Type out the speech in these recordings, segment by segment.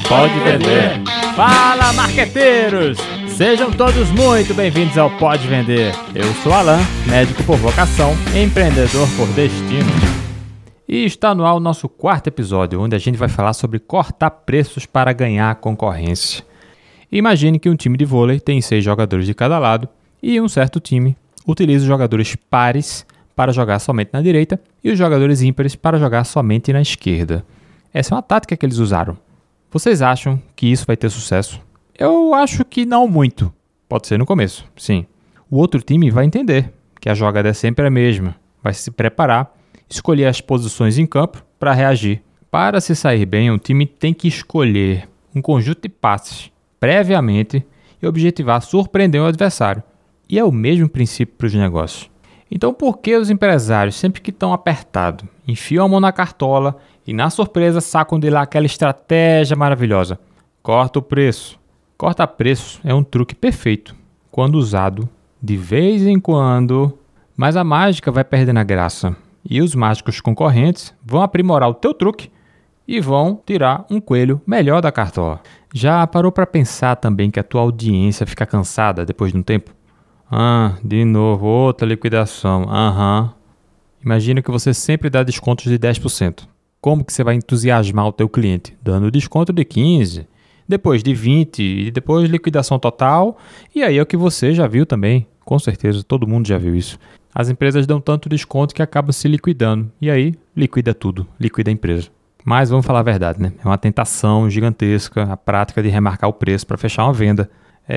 Pode Vender. Fala, marqueteiros! Sejam todos muito bem-vindos ao Pode Vender. Eu sou Alan, médico por vocação, empreendedor por destino. E está no ar o nosso quarto episódio, onde a gente vai falar sobre cortar preços para ganhar concorrência. Imagine que um time de vôlei tem 6 jogadores de cada lado e um certo time utiliza os jogadores pares para jogar somente na direita e os jogadores ímpares para jogar somente na esquerda. Essa é uma tática que eles usaram. Vocês acham que isso vai ter sucesso? Eu acho que não muito. Pode ser no começo, sim. O outro time vai entender que a jogada é sempre a mesma, vai se preparar, escolher as posições em campo para reagir. Para se sair bem, um time tem que escolher um conjunto de passes previamente e objetivar surpreender o adversário. E é o mesmo princípio para os negócios. Então por que os empresários, sempre que estão apertados, enfiam a mão na cartola e na surpresa sacam de lá aquela estratégia maravilhosa? Corta o preço. Corta preço é um truque perfeito, quando usado de vez em quando, mas a mágica vai perdendo a graça. E os mágicos concorrentes vão aprimorar o teu truque e vão tirar um coelho melhor da cartola. Já parou para pensar também que a tua audiência fica cansada depois de um tempo? De novo, outra liquidação. Imagina que você sempre dá descontos de 10%. Como que você vai entusiasmar o teu cliente? Dando desconto de 15%, depois de 20% e depois liquidação total. E aí é o que você já viu também. Com certeza, todo mundo já viu isso. As empresas dão tanto desconto que acabam se liquidando. E aí, liquida tudo, liquida a empresa. Mas vamos falar a verdade, né? É uma tentação gigantesca a prática de remarcar o preço para fechar uma venda.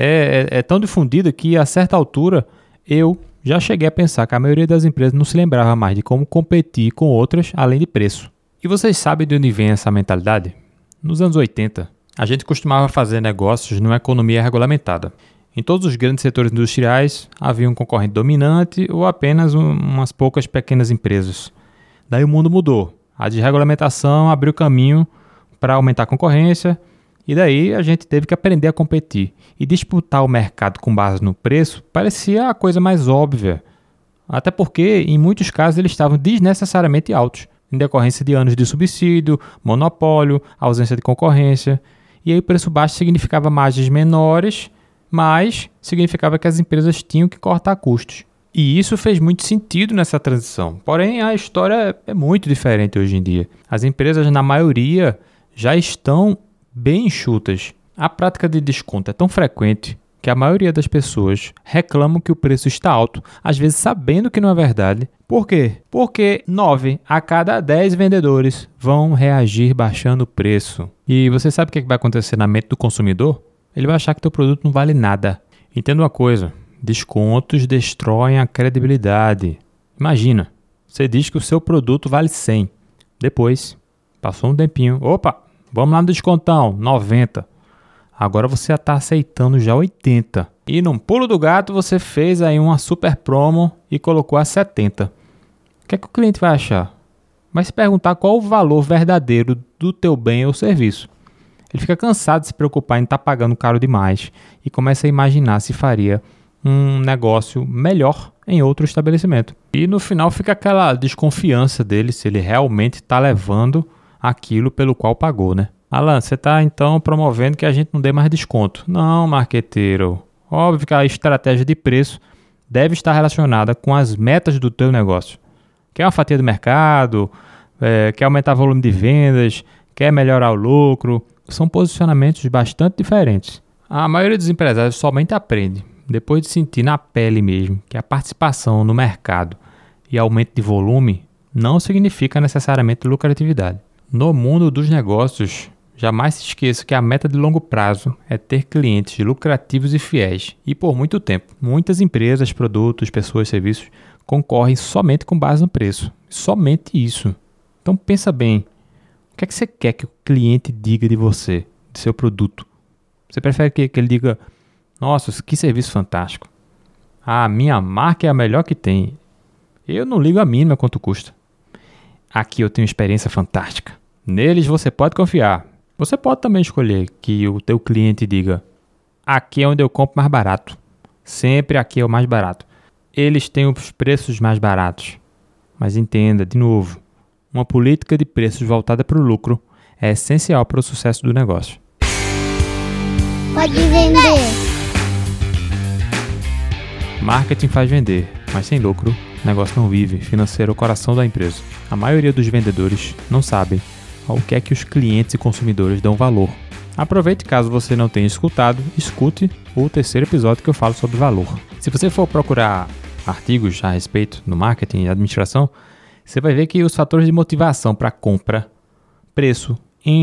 É tão difundida que, a certa altura, eu já cheguei a pensar que a maioria das empresas não se lembrava mais de como competir com outras além de preço. E vocês sabem de onde vem essa mentalidade? Nos anos 80, a gente costumava fazer negócios numa economia regulamentada. Em todos os grandes setores industriais, havia um concorrente dominante ou apenas umas poucas pequenas empresas. Daí o mundo mudou. A desregulamentação abriu caminho para aumentar a concorrência. E daí a gente teve que aprender a competir. E disputar o mercado com base no preço parecia a coisa mais óbvia. Até porque, em muitos casos, eles estavam desnecessariamente altos, em decorrência de anos de subsídio, monopólio, ausência de concorrência. E aí o preço baixo significava margens menores, mas significava que as empresas tinham que cortar custos. E isso fez muito sentido nessa transição. Porém, a história é muito diferente hoje em dia. As empresas, na maioria, já estão bem enxutas. A prática de desconto é tão frequente que a maioria das pessoas reclamam que o preço está alto, às vezes sabendo que não é verdade. Por quê? Porque 9 a cada 10 vendedores vão reagir baixando o preço. E você sabe o que vai acontecer na mente do consumidor? Ele vai achar que teu produto não vale nada. Entenda uma coisa, descontos destroem a credibilidade. Imagina, você diz que o seu produto vale 100. Depois, passou um tempinho, vamos lá no descontão, 90. Agora você está aceitando já 80. E num pulo do gato você fez aí uma super promo e colocou a 70. O que é que o cliente vai achar? Vai se perguntar qual o valor verdadeiro do teu bem ou serviço. Ele fica cansado de se preocupar em estar pagando caro demais e começa a imaginar se faria um negócio melhor em outro estabelecimento. E no final fica aquela desconfiança dele se ele realmente está levando aquilo pelo qual pagou, né? Alan, você está então promovendo que a gente não dê mais desconto. Não, marqueteiro. Óbvio que a estratégia de preço deve estar relacionada com as metas do teu negócio. Quer uma fatia do mercado? Quer aumentar o volume de vendas? Quer melhorar o lucro? São posicionamentos bastante diferentes. A maioria dos empresários somente aprende, depois de sentir na pele mesmo, que a participação no mercado e aumento de volume não significa necessariamente lucratividade. No mundo dos negócios, jamais se esqueça que a meta de longo prazo é ter clientes lucrativos e fiéis. E por muito tempo, muitas empresas, produtos, pessoas, serviços concorrem somente com base no preço. Somente isso. Então pensa bem, o que é que você quer que o cliente diga de você, de seu produto? Você prefere que ele diga, nossa, que serviço fantástico. A minha marca é a melhor que tem. Eu não ligo a mínima quanto custa. Aqui eu tenho experiência fantástica. Neles você pode confiar. Você pode também escolher que o teu cliente diga, aqui é onde eu compro mais barato. Sempre aqui é o mais barato. Eles têm os preços mais baratos. Mas entenda, de novo, uma política de preços voltada para o lucro é essencial para o sucesso do negócio. Pode vender. Marketing faz vender, mas sem lucro, o negócio não vive. Financeiro é o coração da empresa. A maioria dos vendedores não sabem ao que é que os clientes e consumidores dão valor. Aproveite, caso você não tenha escutado, escute o terceiro episódio que eu falo sobre valor. Se você for procurar artigos a respeito do marketing e administração, você vai ver que os fatores de motivação para compra, preço, em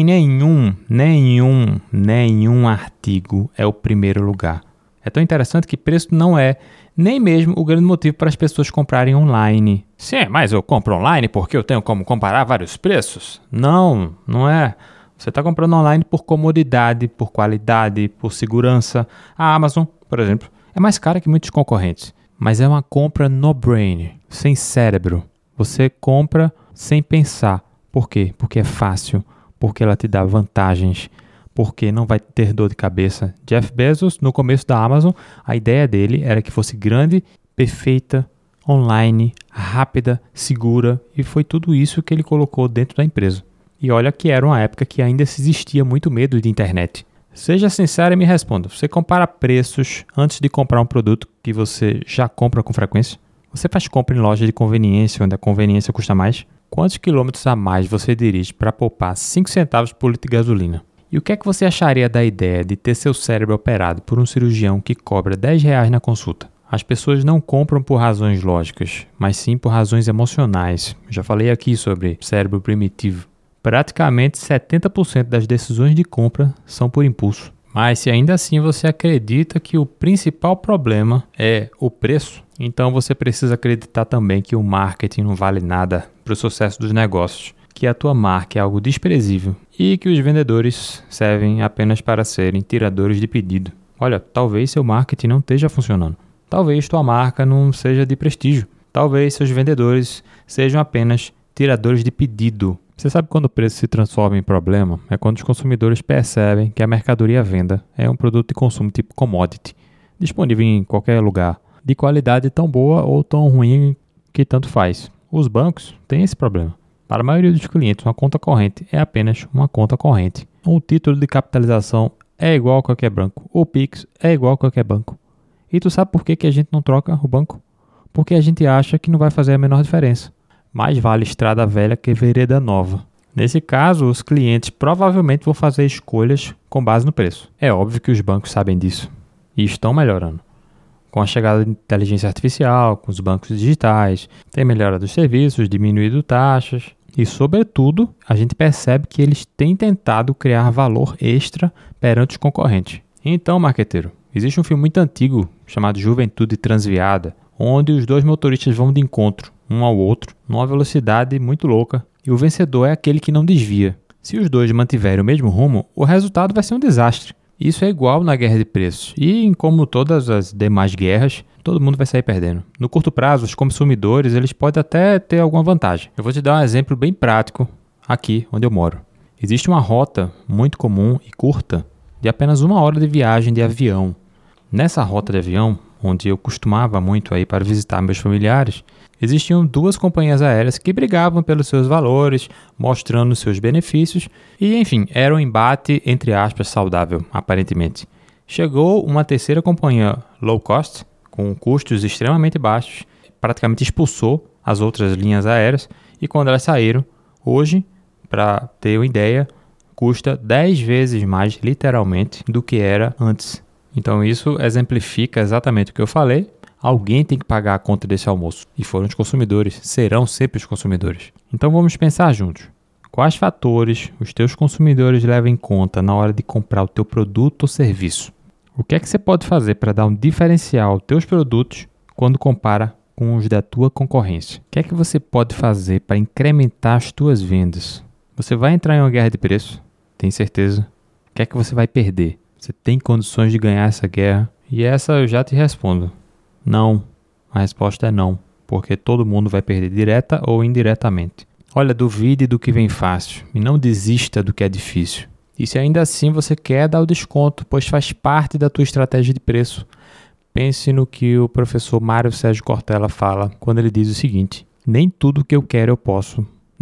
nenhum artigo é o primeiro lugar. É tão interessante que preço não é nem mesmo o grande motivo para as pessoas comprarem online. Sim, mas eu compro online porque eu tenho como comparar vários preços? Não é. Você está comprando online por comodidade, por qualidade, por segurança. A Amazon, por exemplo, é mais cara que muitos concorrentes, mas é uma compra no-brainer, sem cérebro. Você compra sem pensar. Por quê? Porque é fácil, porque ela te dá vantagens, porque não vai ter dor de cabeça. Jeff Bezos, no começo da Amazon, a ideia dele era que fosse grande, perfeita, online, rápida, segura, e foi tudo isso que ele colocou dentro da empresa. E olha que era uma época que ainda se existia muito medo de internet. Seja sincero e me responda, você compara preços antes de comprar um produto que você já compra com frequência? Você faz compra em loja de conveniência, onde a conveniência custa mais? Quantos quilômetros a mais você dirige para poupar 5 centavos por litro de gasolina? E o que é que você acharia da ideia de ter seu cérebro operado por um cirurgião que cobra R$10 na consulta? As pessoas não compram por razões lógicas, mas sim por razões emocionais. Já falei aqui sobre cérebro primitivo. Praticamente 70% das decisões de compra são por impulso. Mas se ainda assim você acredita que o principal problema é o preço, então você precisa acreditar também que o marketing não vale nada para o sucesso dos negócios, que a tua marca é algo desprezível e que os vendedores servem apenas para serem tiradores de pedido. Olha, talvez seu marketing não esteja funcionando. Talvez tua marca não seja de prestígio. Talvez seus vendedores sejam apenas tiradores de pedido. Você sabe quando o preço se transforma em problema? É quando os consumidores percebem que a mercadoria à venda é um produto de consumo tipo commodity, disponível em qualquer lugar, de qualidade tão boa ou tão ruim que tanto faz. Os bancos têm esse problema. Para a maioria dos clientes, uma conta corrente é apenas uma conta corrente. Um título de capitalização é igual a qualquer banco. O Pix é igual a qualquer banco. E tu sabe por que a gente não troca o banco? Porque a gente acha que não vai fazer a menor diferença. Mais vale estrada velha que vereda nova. Nesse caso, os clientes provavelmente vão fazer escolhas com base no preço. É óbvio que os bancos sabem disso e estão melhorando. Com a chegada de inteligência artificial, com os bancos digitais, tem melhora dos serviços, diminuído taxas e, sobretudo, a gente percebe que eles têm tentado criar valor extra perante os concorrentes. Então, marqueteiro, existe um filme muito antigo chamado Juventude Transviada, onde os dois motoristas vão de encontro um ao outro, numa velocidade muito louca, e o vencedor é aquele que não desvia. Se os dois mantiverem o mesmo rumo, o resultado vai ser um desastre. Isso é igual na guerra de preços, e como todas as demais guerras, todo mundo vai sair perdendo. No curto prazo, os consumidores eles podem até ter alguma vantagem. Eu vou te dar um exemplo bem prático aqui onde eu moro. Existe uma rota muito comum e curta de apenas 1 hora de viagem de avião. Nessa rota de avião, onde eu costumava muito ir para visitar meus familiares, existiam 2 companhias aéreas que brigavam pelos seus valores, mostrando seus benefícios e, enfim, era um embate, entre aspas, saudável, aparentemente. Chegou uma terceira companhia low cost, com custos extremamente baixos, praticamente expulsou as outras linhas aéreas e quando elas saíram, hoje, para ter uma ideia, custa 10 vezes mais, literalmente, do que era antes. Então isso exemplifica exatamente o que eu falei. Alguém tem que pagar a conta desse almoço. E foram os consumidores, serão sempre os consumidores. Então vamos pensar juntos. Quais fatores os teus consumidores levam em conta na hora de comprar o teu produto ou serviço? O que é que você pode fazer para dar um diferencial aos teus produtos quando compara com os da tua concorrência? O que é que você pode fazer para incrementar as tuas vendas? Você vai entrar em uma guerra de preço? Tem certeza? O que é que você vai perder? Você tem condições de ganhar essa guerra? E essa eu já te respondo. Não. A resposta é não. Porque todo mundo vai perder direta ou indiretamente. Olha, duvide do que vem fácil e não desista do que é difícil. E se ainda assim você quer dar o desconto, pois faz parte da tua estratégia de preço, pense no que o professor Mário Sérgio Cortella fala quando ele diz o seguinte: nem tudo que eu quero eu posso,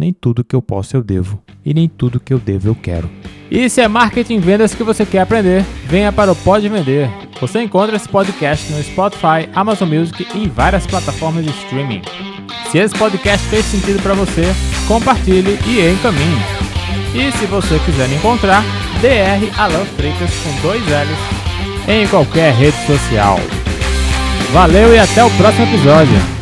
nem tudo que eu posso eu devo, e nem tudo que eu devo eu quero. E se é marketing e vendas que você quer aprender, venha para o Pode Vender. Você encontra esse podcast no Spotify, Amazon Music e em várias plataformas de streaming. Se esse podcast fez sentido para você, compartilhe e encaminhe. E se você quiser me encontrar, Dr. Alan Freitas com 2 L's em qualquer rede social. Valeu e até o próximo episódio.